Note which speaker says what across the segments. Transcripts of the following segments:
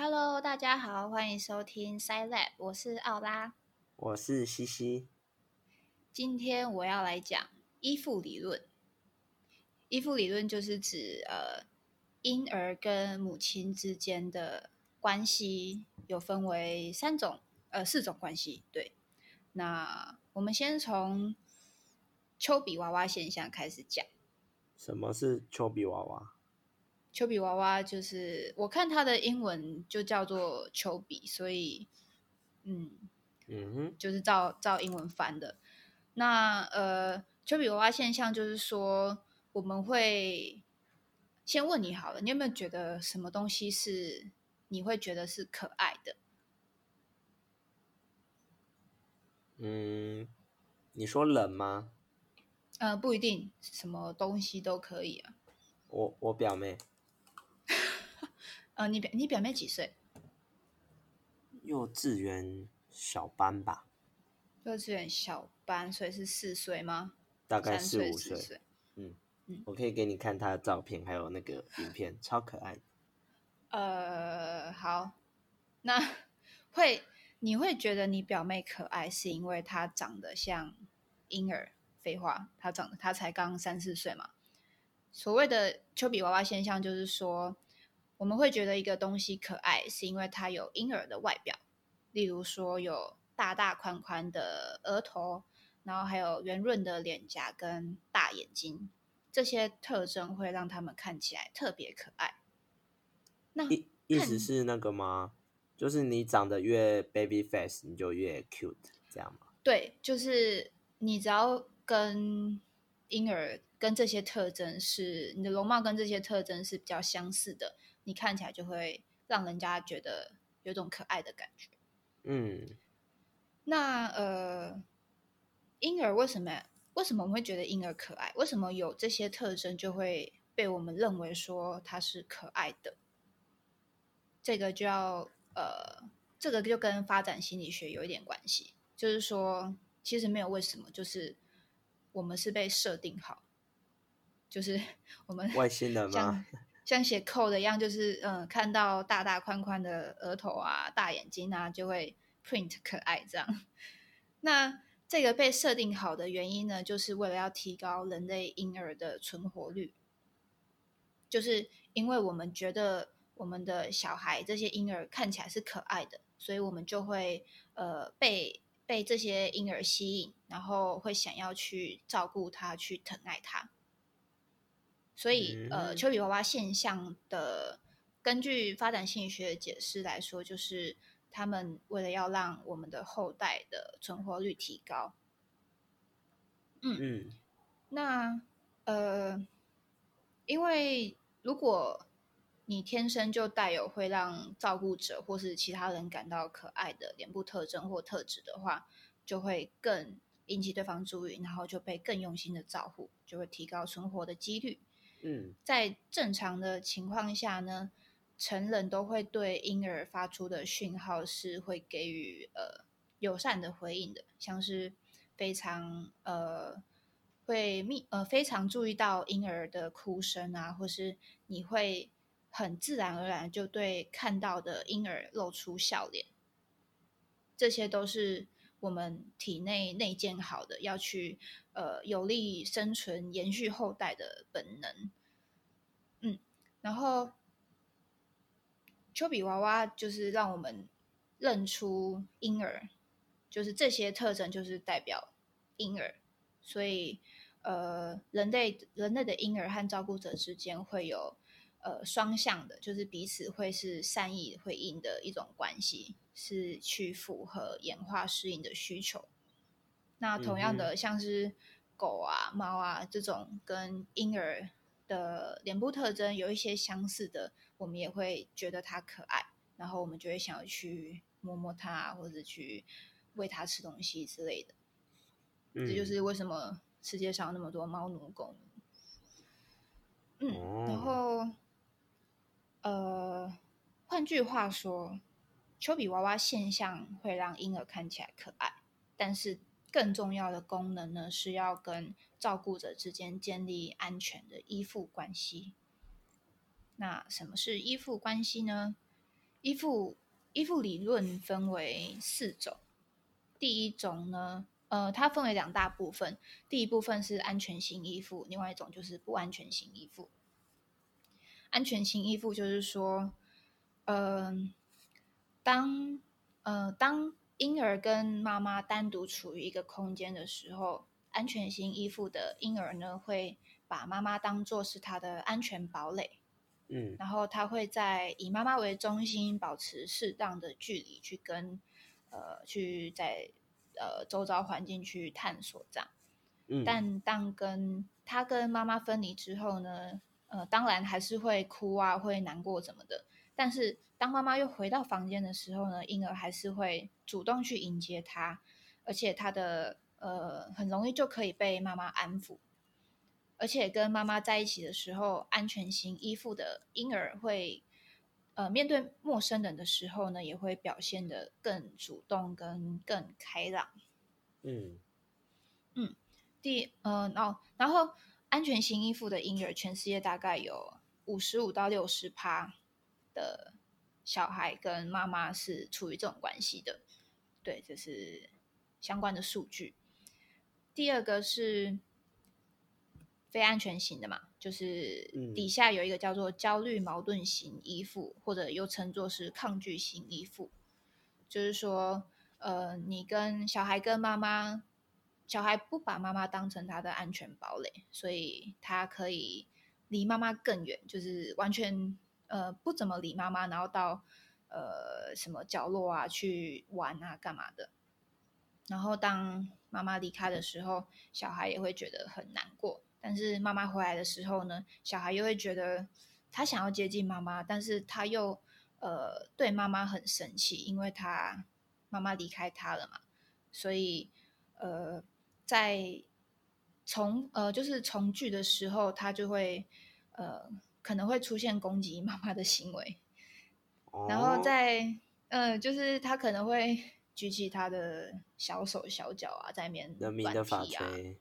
Speaker 1: Hello，大家好，欢迎收听 Sci Lab，我是奥拉。
Speaker 2: 我是西西。
Speaker 1: 今天我要来讲依附理论。依附理论就是指婴儿跟母亲之间的关系有分为四种关系。对，那我们先从丘比娃娃现象开始讲。
Speaker 2: 什么是丘比娃娃？
Speaker 1: 丘比娃娃就是我看它的英文就叫做丘比，所以就是照英文翻的。那丘比娃娃现象就是说，我们会先问你好了，你有没有觉得什么东西是你会觉得是可爱的？
Speaker 2: 你说冷吗？
Speaker 1: 不一定，什么东西都可以啊。
Speaker 2: 我表妹
Speaker 1: 你表妹几岁？
Speaker 2: 幼稚园小班吧，
Speaker 1: 幼稚园小班，所以是4岁吗？
Speaker 2: 大概
Speaker 1: 3岁、
Speaker 2: 4、5岁。
Speaker 1: 4岁。
Speaker 2: 我可以给你看她的照片，还有那个影片，超可爱的。
Speaker 1: 好，那你会觉得你表妹可爱，是因为她长得像婴儿？废话，她才刚3、4岁嘛。所谓的丘比娃娃现象，就是说我们会觉得一个东西可爱，是因为它有婴儿的外表，例如说有大大宽宽的额头，然后还有圆润的脸颊跟大眼睛，这些特征会让他们看起来特别可爱。那
Speaker 2: 意思是那个吗？就是你长得越 baby face，你就越 cute，这样吗？
Speaker 1: 对，就是你只要跟婴儿跟这些特征是你的容貌跟这些特征是比较相似的，你看起来就会让人家觉得有种可爱的感觉。
Speaker 2: 嗯
Speaker 1: 那婴儿为什么我们会觉得婴儿可爱？为什么有这些特征就会被我们认为说它是可爱的？这个就要这个就跟发展心理学有一点关系，就是说其实没有为什么，就是我们是被设定好，就是我们
Speaker 2: 外星人吗？
Speaker 1: 像写 code 一样，就是看到大大宽宽的额头啊、大眼睛啊，就会 print 可爱这样。那这个被设定好的原因呢，就是为了要提高人类婴儿的存活率。就是因为我们觉得我们的小孩这些婴儿看起来是可爱的，所以我们就会被这些婴儿吸引，然后会想要去照顾他，去疼爱他。所以丘比娃娃现象的根据发展心理学的解释来说，就是他们为了要让我们的后代的存活率提高。
Speaker 2: 嗯
Speaker 1: 那因为如果你天生就带有会让照顾者或是其他人感到可爱的脸部特征或特质的话，就会更引起对方注意，然后就被更用心的照顾，就会提高存活的几率。在正常的情况下呢，成人都会对婴儿发出的讯号是会给予友善的回应的，像是非常非常注意到婴儿的哭声啊，或是你会很自然而然就对看到的婴儿露出笑脸，这些都是我们体内内建好的，要去有利生存、延续后代的本能。然后丘比娃娃就是让我们认出婴儿，就是这些特征就是代表婴儿，所以人类的婴儿和照顾者之间会有双向的，就是彼此会是善意回应的一种关系，是去符合演化适应的需求。那同样的，像是狗啊、猫啊这种跟婴儿的脸部特征有一些相似的，我们也会觉得它可爱，然后我们就会想要去摸摸它，或者去喂它吃东西之类的。这就是为什么世界上那么多猫奴狗奴。然后换句话说，丘比娃娃现象会让婴儿看起来可爱，但是更重要的功能呢，是要跟照顾者之间建立安全的依附关系。那什么是依附关系呢？ 依附理论分为4种。第一种呢，它分为2大部分。第一部分是安全型依附，另外一种就是不安全型依附。安全型依附就是说，当婴儿跟妈妈单独处于一个空间的时候，安全型依附的婴儿呢，会把妈妈当作是他的安全堡垒。然后他会在以妈妈为中心，保持适当的距离，去在周遭环境去探索这样。但当他跟妈妈分离之后呢，当然还是会哭啊，会难过什么的。但是当妈妈又回到房间的时候呢，婴儿还是会主动去迎接他，而且他的很容易就可以被妈妈安抚。而且跟妈妈在一起的时候，安全型依附的婴儿会，面对陌生人的时候呢，也会表现得更主动跟更开朗。然后安全型依附的婴儿，全世界大概有55%到60%的小孩跟妈妈是处于这种关系的。对，这是相关的数据。第二个是非安全型的嘛，就是底下有一个叫做焦虑矛盾型依附，或者又称作是抗拒型依附。就是说，你跟小孩小孩不把妈妈当成他的安全堡垒，所以他可以离妈妈更远，就是完全不怎么理妈妈，然后到什么角落啊去玩啊干嘛的。然后当妈妈离开的时候，小孩也会觉得很难过。但是妈妈回来的时候呢，小孩又会觉得他想要接近妈妈，但是他又对妈妈很生气，因为妈妈离开他了嘛，所以在就是重聚的时候，他就会可能会出现攻击妈妈的行为，然后就是他可能会举起他的小手小脚啊，在那边
Speaker 2: 人民的法
Speaker 1: 乱踢啊，
Speaker 2: 锤。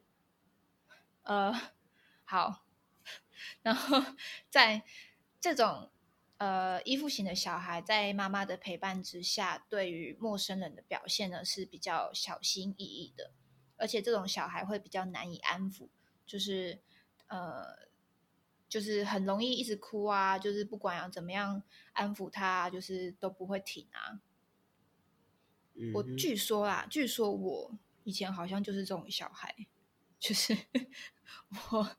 Speaker 1: 好，然后在这种依附型的小孩，在妈妈的陪伴之下，对于陌生人的表现呢是比较小心翼翼的，而且这种小孩会比较难以安抚，就是就是很容易一直哭啊，就是不管要怎么样安抚他，就是都不会停啊。据说我以前好像就是这种小孩，就是我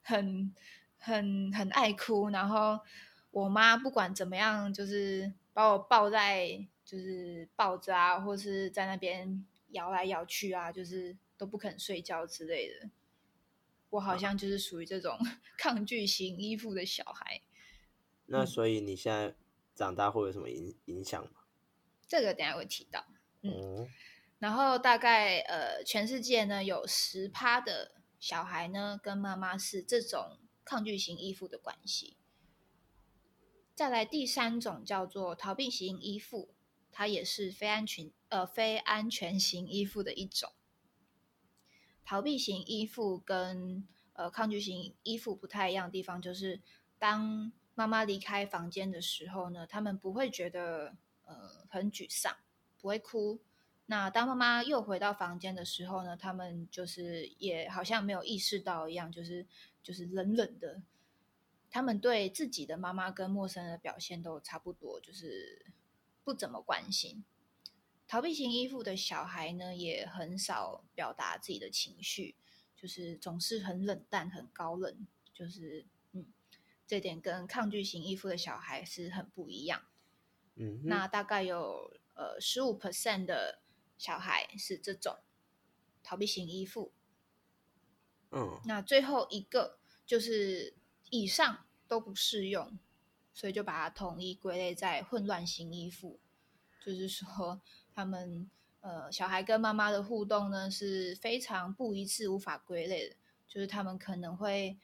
Speaker 1: 很爱哭，然后我妈不管怎么样，就是把我抱着啊，或是在那边摇来摇去啊，就是都不肯睡觉之类的。我好像就是属于这种抗拒型依附的小孩。
Speaker 2: 那所以你现在长大会有什么影响吗？
Speaker 1: 这个等一下会提到。然后大概全世界呢有10%的小孩呢跟妈妈是这种抗拒型依附的关系。再来第3种叫做逃避型依附，它也是非安全型依附的一种。逃避型依附跟抗拒型依附不太一样的地方，就是当妈妈离开房间的时候呢，他们不会觉得很沮丧，不会哭。那当妈妈又回到房间的时候呢，他们就是也好像没有意识到一样，就是冷冷的。他们对自己的妈妈跟陌生人的表现都差不多，就是不怎么关心。逃避型依附的小孩呢，也很少表达自己的情绪，就是总是很冷淡、很高冷，就是这点跟抗拒型依附的小孩是很不一样。那大概有15% 的小孩是这种逃避型依附。那最后一个就是以上都不适用，所以就把它统一归类在混乱型依附。就是说他们小孩跟妈妈的互动呢是非常不一致、无法归类的，就是他们可能会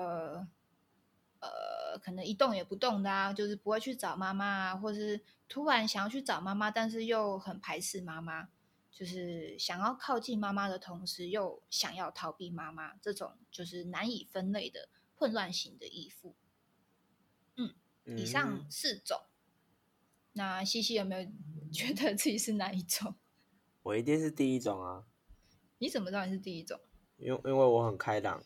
Speaker 1: 可能一动也不动的啊，就是不会去找妈妈啊，或是突然想要去找妈妈，但是又很排斥妈妈，就是想要靠近妈妈的同时又想要逃避妈妈，这种就是难以分类的混乱型的依附。以上4种。 那西西有没有觉得自己是哪一种？
Speaker 2: 我一定是第一种啊。
Speaker 1: 你怎么知道你是第一种？
Speaker 2: 因为我很开朗，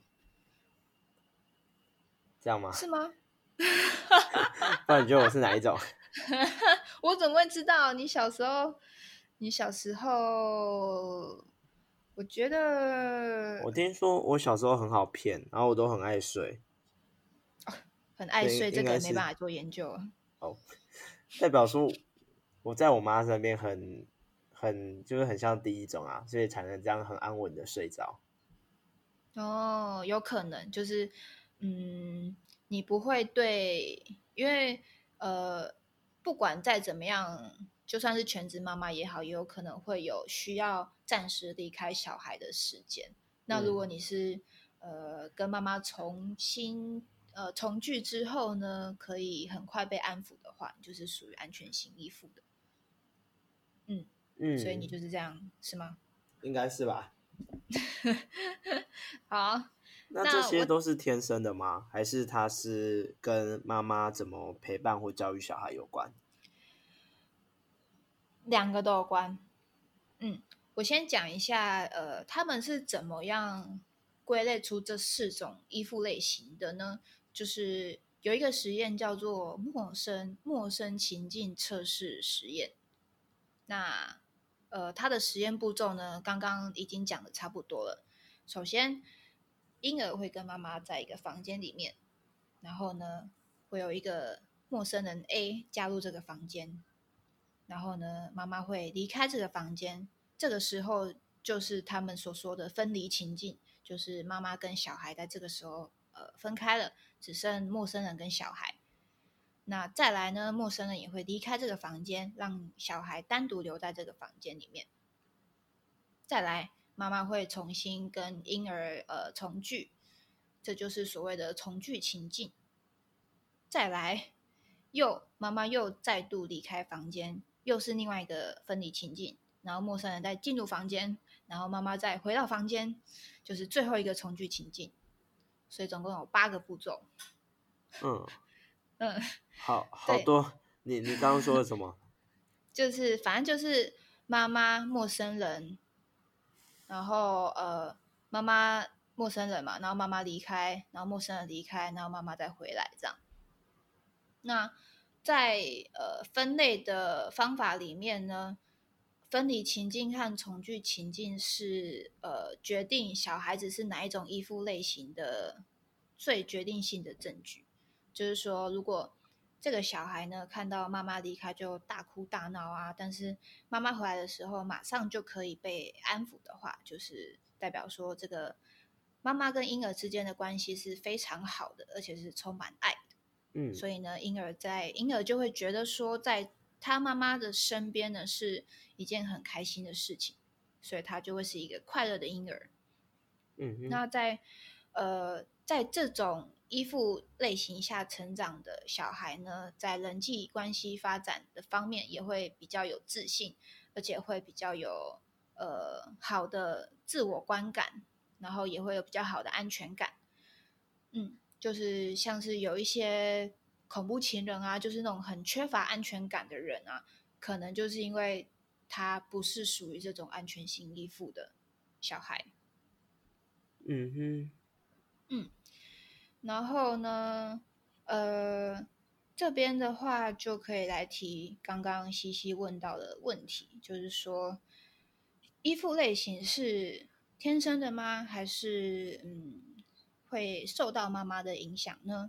Speaker 2: 这样吗？
Speaker 1: 是吗？
Speaker 2: 不然你觉得我是哪一种？
Speaker 1: 我怎么会知道？你小时候，我觉得
Speaker 2: 我听说我小时候很好骗，然后我都很爱睡，
Speaker 1: 很爱睡，这
Speaker 2: 所以应该是
Speaker 1: 个没办法做研究了。
Speaker 2: 哦，代表说我在我妈身边就是很像第一种啊，所以才能这样很安稳的睡着。
Speaker 1: 哦，有可能就是，你不会对，因为不管再怎么样，就算是全职妈妈也好，也有可能会有需要暂时离开小孩的时间。那如果你是跟妈妈重聚之后呢，可以很快被安抚的话，你就是属于安全型依附的。所以你就是这样，是吗？
Speaker 2: 应该是吧？
Speaker 1: 好，
Speaker 2: 那这
Speaker 1: 那我
Speaker 2: 些都是天生的吗？还是它是跟妈妈怎么陪伴或教育小孩有关？
Speaker 1: 两个都有关。我先讲一下，他们是怎么样归类出这4种依附类型的呢？就是有一个实验叫做陌生情境测试实验。那它的实验步骤呢，刚刚已经讲的差不多了。首先，婴儿会跟妈妈在一个房间里面，然后呢，会有一个陌生人 A 加入这个房间，然后呢，妈妈会离开这个房间。这个时候就是他们所说的分离情境，就是妈妈跟小孩在这个时候分开了，只剩陌生人跟小孩。那再来呢，陌生人也会离开这个房间，让小孩单独留在这个房间里面。再来，妈妈会重新跟婴儿重聚，这就是所谓的重聚情境。再来，妈妈又再度离开房间，又是另外一个分离情境。然后陌生人再进入房间，然后妈妈再回到房间，就是最后一个重聚情境。所以总共有8个步骤。
Speaker 2: 嗯，
Speaker 1: 嗯，
Speaker 2: 好
Speaker 1: 对，
Speaker 2: 多。你刚刚说的什么？
Speaker 1: 就是反正就是妈妈、陌生人，然后妈妈陌生人嘛，然后妈妈离开，然后陌生人离开，然后妈妈再回来这样。那在分类的方法里面呢，分离情境和重聚情境是决定小孩子是哪一种依附类型的最决定性的证据。就是说，如果这个小孩呢看到妈妈离开就大哭大闹啊，但是妈妈回来的时候马上就可以被安抚的话，就是代表说这个妈妈跟婴儿之间的关系是非常好的，而且是充满爱的。所以呢，婴儿就会觉得说，在他妈妈的身边呢是一件很开心的事情，所以他就会是一个快乐的婴儿。那在这种依附类型下成长的小孩呢，在人际关系发展的方面也会比较有自信，而且会比较有好的自我观感，然后也会有比较好的安全感。就是像是有一些恐怖情人啊，就是那种很缺乏安全感的人啊，可能就是因为他不是属于这种安全型依附的小孩。然后呢，这边的话就可以来提刚刚西西问到的问题，就是说依附类型是天生的吗？还是会受到妈妈的影响呢？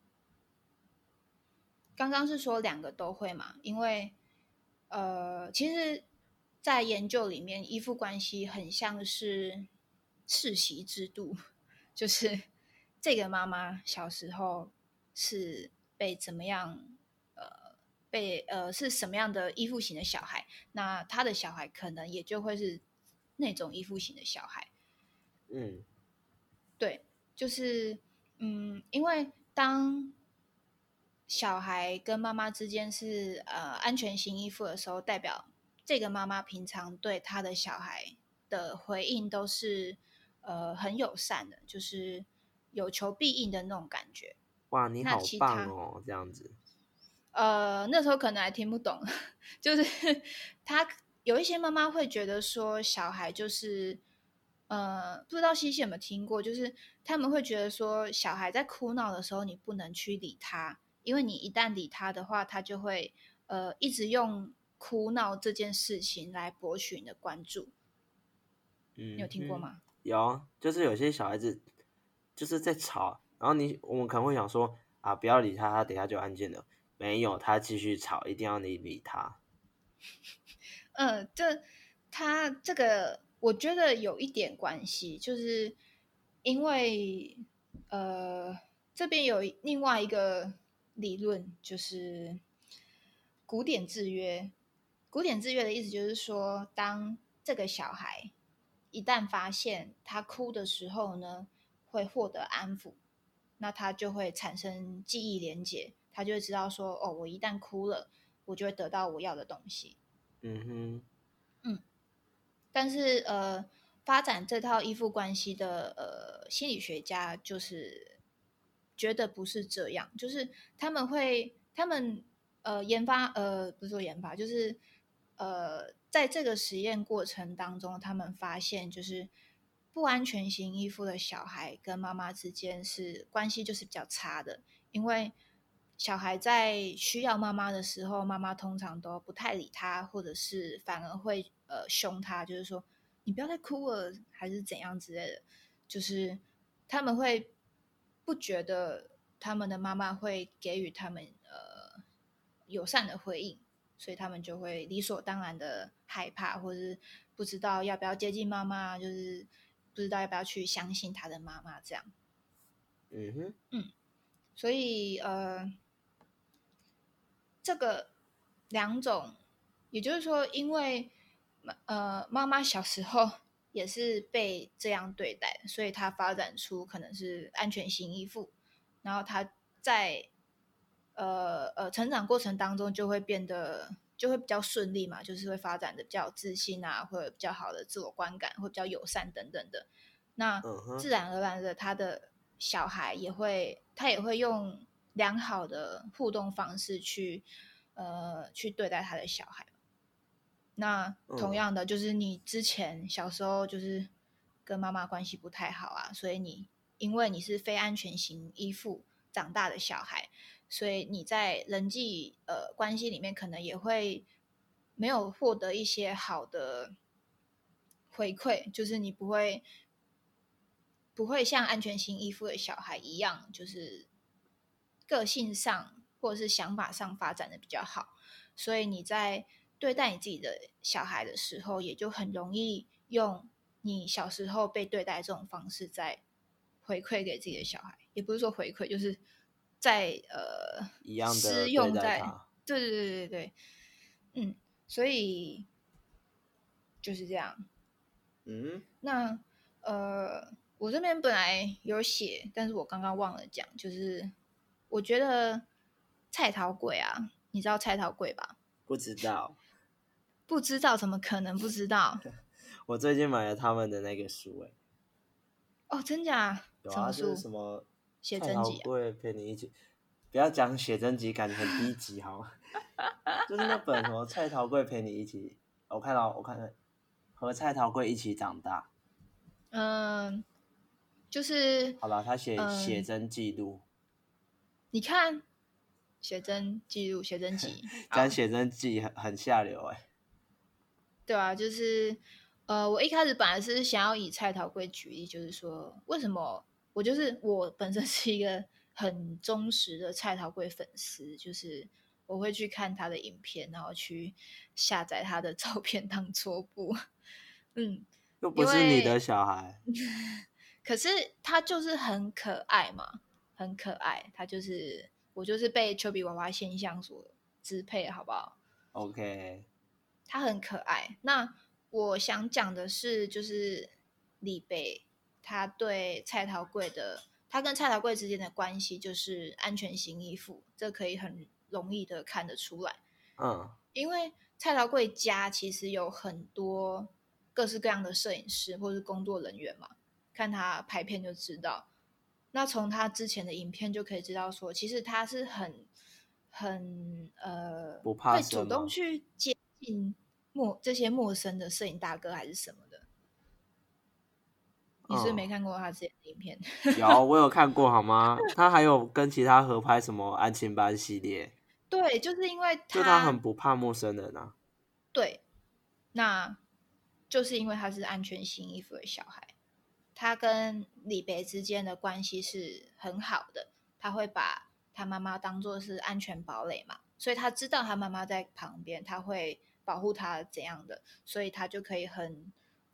Speaker 1: 刚刚是说2个都会嘛，因为其实，在研究里面，依附关系很像是世袭制度，就是这个妈妈小时候是被怎么样，是什么样的依附型的小孩，那他的小孩可能也就会是那种依附型的小孩。对，就是因为当小孩跟妈妈之间是安全型依附的时候，代表这个妈妈平常对他的小孩的回应都是很友善的，就是有求必应的那种感觉。
Speaker 2: 哇，你
Speaker 1: 那
Speaker 2: 好
Speaker 1: 其他
Speaker 2: 棒哦，这样子。
Speaker 1: 那时候可能还听不懂，就是他有一些妈妈会觉得说小孩就是不知道西西有没有听过，就是他们会觉得说小孩在哭闹的时候你不能去理他，因为你一旦理他的话，他就会一直用哭闹这件事情来博取你的关注。你有听过吗？
Speaker 2: 有，就是有些小孩子就是在吵，然后我们可能会想说啊，不要理他，他等一下就安静了。没有，他继续吵，一定要你理他。
Speaker 1: 他这个我觉得有一点关系，就是因为这边有另外一个理论，就是古典制约。古典制约的意思就是说，当这个小孩一旦发现他哭的时候呢，会获得安抚，那他就会产生记忆连结，他就会知道说，哦，我一旦哭了，我就会得到我要的东西。但是发展这套依附关系的心理学家就是觉得不是这样，就是他们研发不是说研发，就是在这个实验过程当中，他们发现就是不安全型依附的小孩跟妈妈之间是关系就是比较差的，因为小孩在需要妈妈的时候，妈妈通常都不太理他，或者是反而会凶他，就是说你不要再哭了，还是怎样之类的。就是他们会不觉得他们的妈妈会给予他们友善的回应，所以他们就会理所当然的害怕，或者是不知道要不要接近妈妈，就是不知道要不要去相信他的妈妈这样。所以这个两种，也就是说，因为妈妈小时候也是被这样对待，所以她发展出可能是安全型依附，然后她在成长过程当中就会变得就会比较顺利嘛，就是会发展的比较有自信啊，或者比较好的自我观感，会比较友善等等的。那自然而然的，他的小孩他也会用良好的互动方式去对待他的小孩。那同样的，就是你之前小时候就是跟妈妈关系不太好啊，所以因为你是非安全型依附长大的小孩，所以你在人际关系里面可能也会没有获得一些好的回馈，就是你不会像安全型依附的小孩一样，就是个性上或者是想法上发展的比较好，所以你在对待你自己的小孩的时候，也就很容易用你小时候被对待这种方式在回馈给自己的小孩，也不是说回馈，就是在
Speaker 2: 一样的
Speaker 1: 施
Speaker 2: 对
Speaker 1: 用在，
Speaker 2: 待他。
Speaker 1: 对对对对对，所以就是这样。那我这边本来有写，但是我刚刚忘了讲，就是我觉得菜头粿啊，你知道菜头粿吧？
Speaker 2: 不知道，
Speaker 1: 不知道怎么可能不知道？
Speaker 2: 我最近买了他们的那个书，
Speaker 1: 哦，真假？
Speaker 2: 有啊，就是
Speaker 1: 什么书？
Speaker 2: 什么
Speaker 1: 写
Speaker 2: 菜
Speaker 1: 真集啊？
Speaker 2: 头粿陪你一起，不要讲写真集，感觉很低级好吗？就是那本什么菜头粿陪你一起，我看和菜头粿一起长大。
Speaker 1: 嗯，就是
Speaker 2: 好了，他写真记录，
Speaker 1: 你看写真记录、写真集，
Speaker 2: 讲写真记很下流
Speaker 1: 对啊，就是我一开始本来是想要以菜头粿举例，就是说为什么我本身是一个很忠实的菜头粿粉丝，就是我会去看他的影片，然后去下载他的照片当桌布，
Speaker 2: 又不
Speaker 1: 因
Speaker 2: 是你的
Speaker 1: 为
Speaker 2: 小孩。
Speaker 1: 可是他就是很可爱嘛，很可爱，我就是被丘比娃娃现象所支配，好不好？
Speaker 2: OK，
Speaker 1: 他很可爱。那我想讲的是，就是李贝他跟蔡桃贵之间的关系就是安全型依附，这可以很容易的看得出来。因为蔡桃贵家其实有很多各式各样的摄影师或是工作人员嘛，看他拍片就知道。那从他之前的影片就可以知道说，其实他是很
Speaker 2: 不怕
Speaker 1: 会主
Speaker 2: 生吗？
Speaker 1: 动去接近这些陌生的摄影大哥还是什么的。你是不是没看过他之前的影片？
Speaker 2: 有，我有看过好吗？他还有跟其他合拍什么安亲班系列，
Speaker 1: 对，就是因为
Speaker 2: 就他很不怕陌生人啊。
Speaker 1: 对，那就是因为他是安全型依附的小孩，他跟李北之间的关系是很好的，他会把他妈妈当作是安全堡垒嘛，所以他知道他妈妈在旁边，他会保护他怎样的，所以他就可以很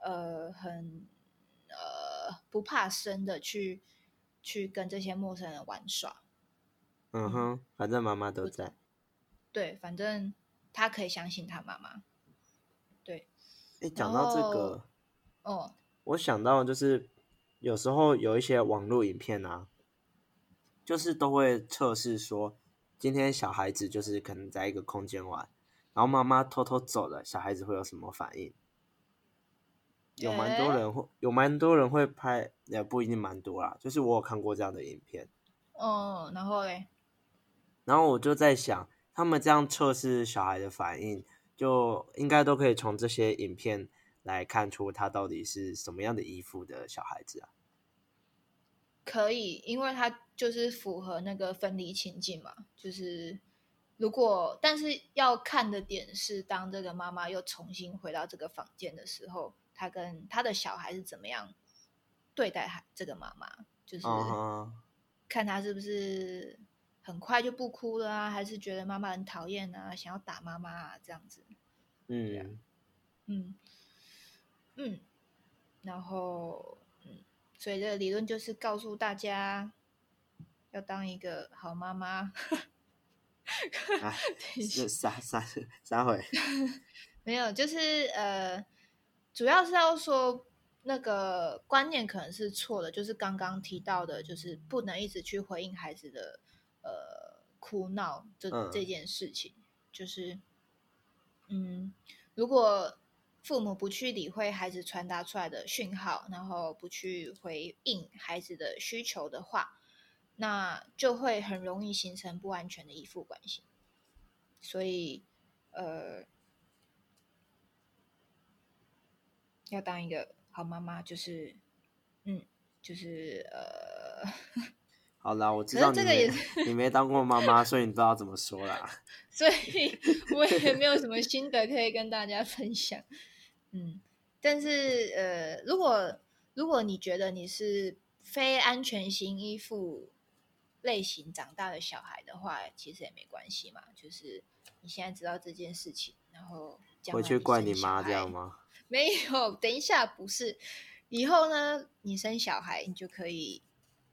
Speaker 1: 不怕生的去跟这些陌生人玩耍。
Speaker 2: 嗯哼，反正妈妈都在。
Speaker 1: 对，反正他可以相信他妈妈。对，然
Speaker 2: 讲到这
Speaker 1: 后
Speaker 2: 个，我想到就是有时候有一些网络影片啊，就是都会测试说，今天小孩子就是可能在一个空间玩，然后妈妈偷偷走了，小孩子会有什么反应？有蛮多人会拍，也不一定蛮多啦，就是我有看过这样的影片。
Speaker 1: 然后嘞，
Speaker 2: 然后我就在想，他们这样测试小孩的反应，就应该都可以从这些影片来看出他到底是什么样的依附的小孩子啊。
Speaker 1: 可以，因为他就是符合那个分离情境嘛，就是但是要看的点是，当这个妈妈又重新回到这个房间的时候，他跟他的小孩是怎么样对待这个妈妈，就是看他是不是很快就不哭了啊，还是觉得妈妈很讨厌啊，想要打妈妈啊这样子。对啊，然后所以这个理论就是告诉大家要当一个好妈妈。
Speaker 2: 哎，撒回。
Speaker 1: 没有，就是主要是要说那个观念可能是错的，就是刚刚提到的，就是不能一直去回应孩子的哭闹这件事情，就是如果父母不去理会孩子传达出来的讯号，然后不去回应孩子的需求的话，那就会很容易形成不安全的依附关系。所以，要当一个好妈妈，就是
Speaker 2: 好啦，我知
Speaker 1: 可是
Speaker 2: 道
Speaker 1: 这个也是，
Speaker 2: 你没当过妈妈，所以你不知道怎么说啦。
Speaker 1: 所以我也没有什么心得可以跟大家分享。但是如果你觉得你是非安全型依附类型长大的小孩的话，其实也没关系嘛，就是你现在知道这件事情，然后将
Speaker 2: 回
Speaker 1: 来你
Speaker 2: 去怪你
Speaker 1: 生小孩，
Speaker 2: 妈这样吗？
Speaker 1: 没有，等一下不是，以后呢，你生小孩你就可以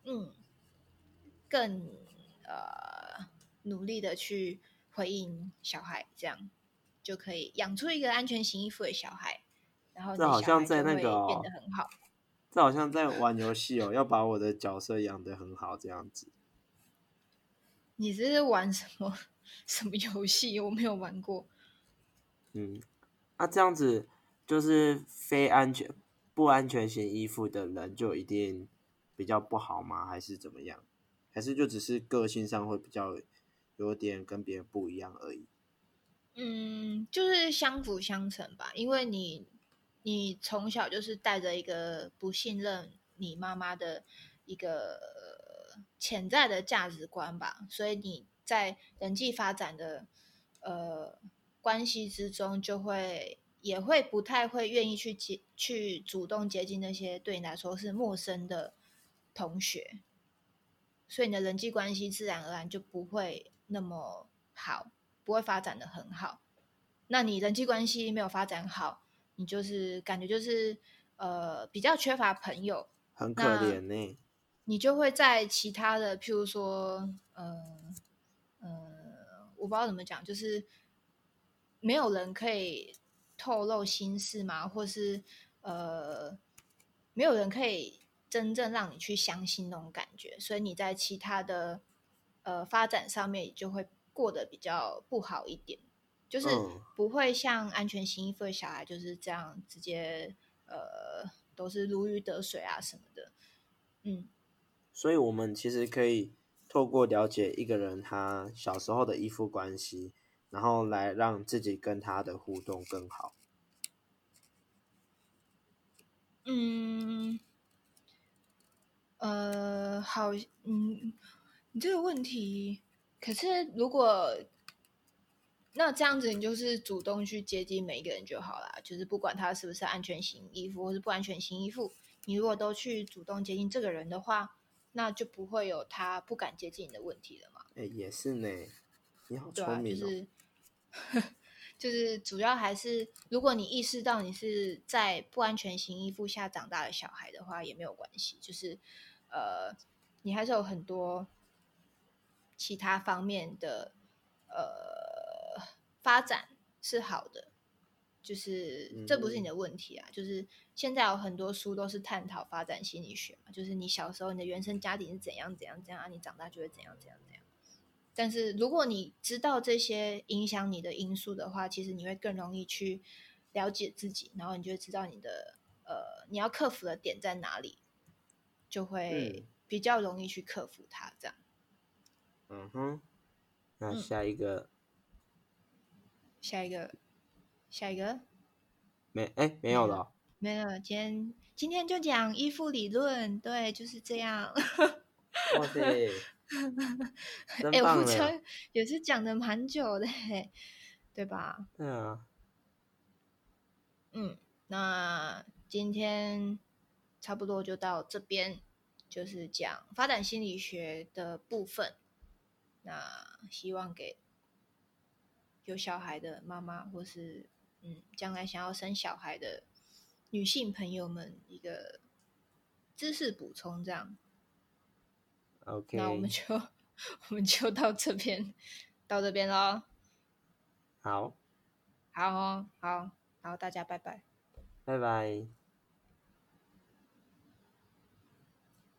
Speaker 1: 更努力的去回应小孩，这样就可以养出一个安全型依附的小孩，然后你
Speaker 2: 这好
Speaker 1: 的小孩
Speaker 2: 像在那个
Speaker 1: 就会变得很好。
Speaker 2: 这好像在玩游戏哦，要把我的角色养得很好这样子。
Speaker 1: 你是玩什么什么游戏？我没有玩过。
Speaker 2: 这样子就是不安全型依附的人就一定比较不好吗？还是怎么样？还是就只是个性上会比较有点跟别人不一样而已？
Speaker 1: 就是相辅相成吧，因为你从小就是带着一个不信任你妈妈的一个潜在的价值观吧，所以你在人际发展的关系之中，也会不太会愿意去主动接近那些对你来说是陌生的同学，所以你的人际关系自然而然就不会那么好，不会发展的很好。那你人际关系没有发展好，你就是感觉就是比较缺乏朋友，
Speaker 2: 很可
Speaker 1: 那
Speaker 2: 怜呢。
Speaker 1: 你就会在其他的，譬如说，我不知道怎么讲，就是没有人可以透露心事嘛，或是没有人可以真正让你去相信那种感觉，所以你在其他的发展上面就会过得比较不好一点，就是不会像安全型依附的小孩就是这样直接都是如鱼得水啊什么的。
Speaker 2: 所以我们其实可以透过了解一个人他小时候的依附关系，然后来让自己跟他的互动更好。
Speaker 1: 嗯，好，你这个问题，可是如果那这样子，你就是主动去接近每一个人就好啦，就是不管他是不是安全型依附或是不安全型依附，你如果都去主动接近这个人的话，那就不会有他不敢接近你的问题了嘛。
Speaker 2: 也是呢，你好
Speaker 1: 对啊，就
Speaker 2: 聪明哦。
Speaker 1: 是就是主要还是，如果你意识到你是在不安全型依附下长大的小孩的话，也没有关系，就是你还是有很多其他方面的发展是好的，就是这不是你的问题啊。就是现在有很多书都是探讨发展心理学嘛，就是你小时候你的原生家庭是怎样怎样怎样啊，你长大就会怎样怎样怎样。但是如果你知道这些影响你的因素的话，其实你会更容易去了解自己，然后你就会知道你的你要克服的点在哪里，就会比较容易去克服它。这样，
Speaker 2: 那下一个，
Speaker 1: 下一个，下一个，
Speaker 2: 没有了哦。
Speaker 1: 没有，今天就讲依附理论，对，就是这样。
Speaker 2: 哇塞，真
Speaker 1: 我
Speaker 2: 棒嘞！
Speaker 1: 这也是讲的蛮久的，对吧？
Speaker 2: 对啊，
Speaker 1: 那今天差不多就到这边，就是讲发展心理学的部分。那希望给有小孩的妈妈，或是将来想要生小孩的女性朋友们一个知识补充。这样，那我们
Speaker 2: OK，
Speaker 1: 就我们就到这边咯。
Speaker 2: 好，
Speaker 1: 好哦，好，然后大家拜拜。
Speaker 2: 拜拜。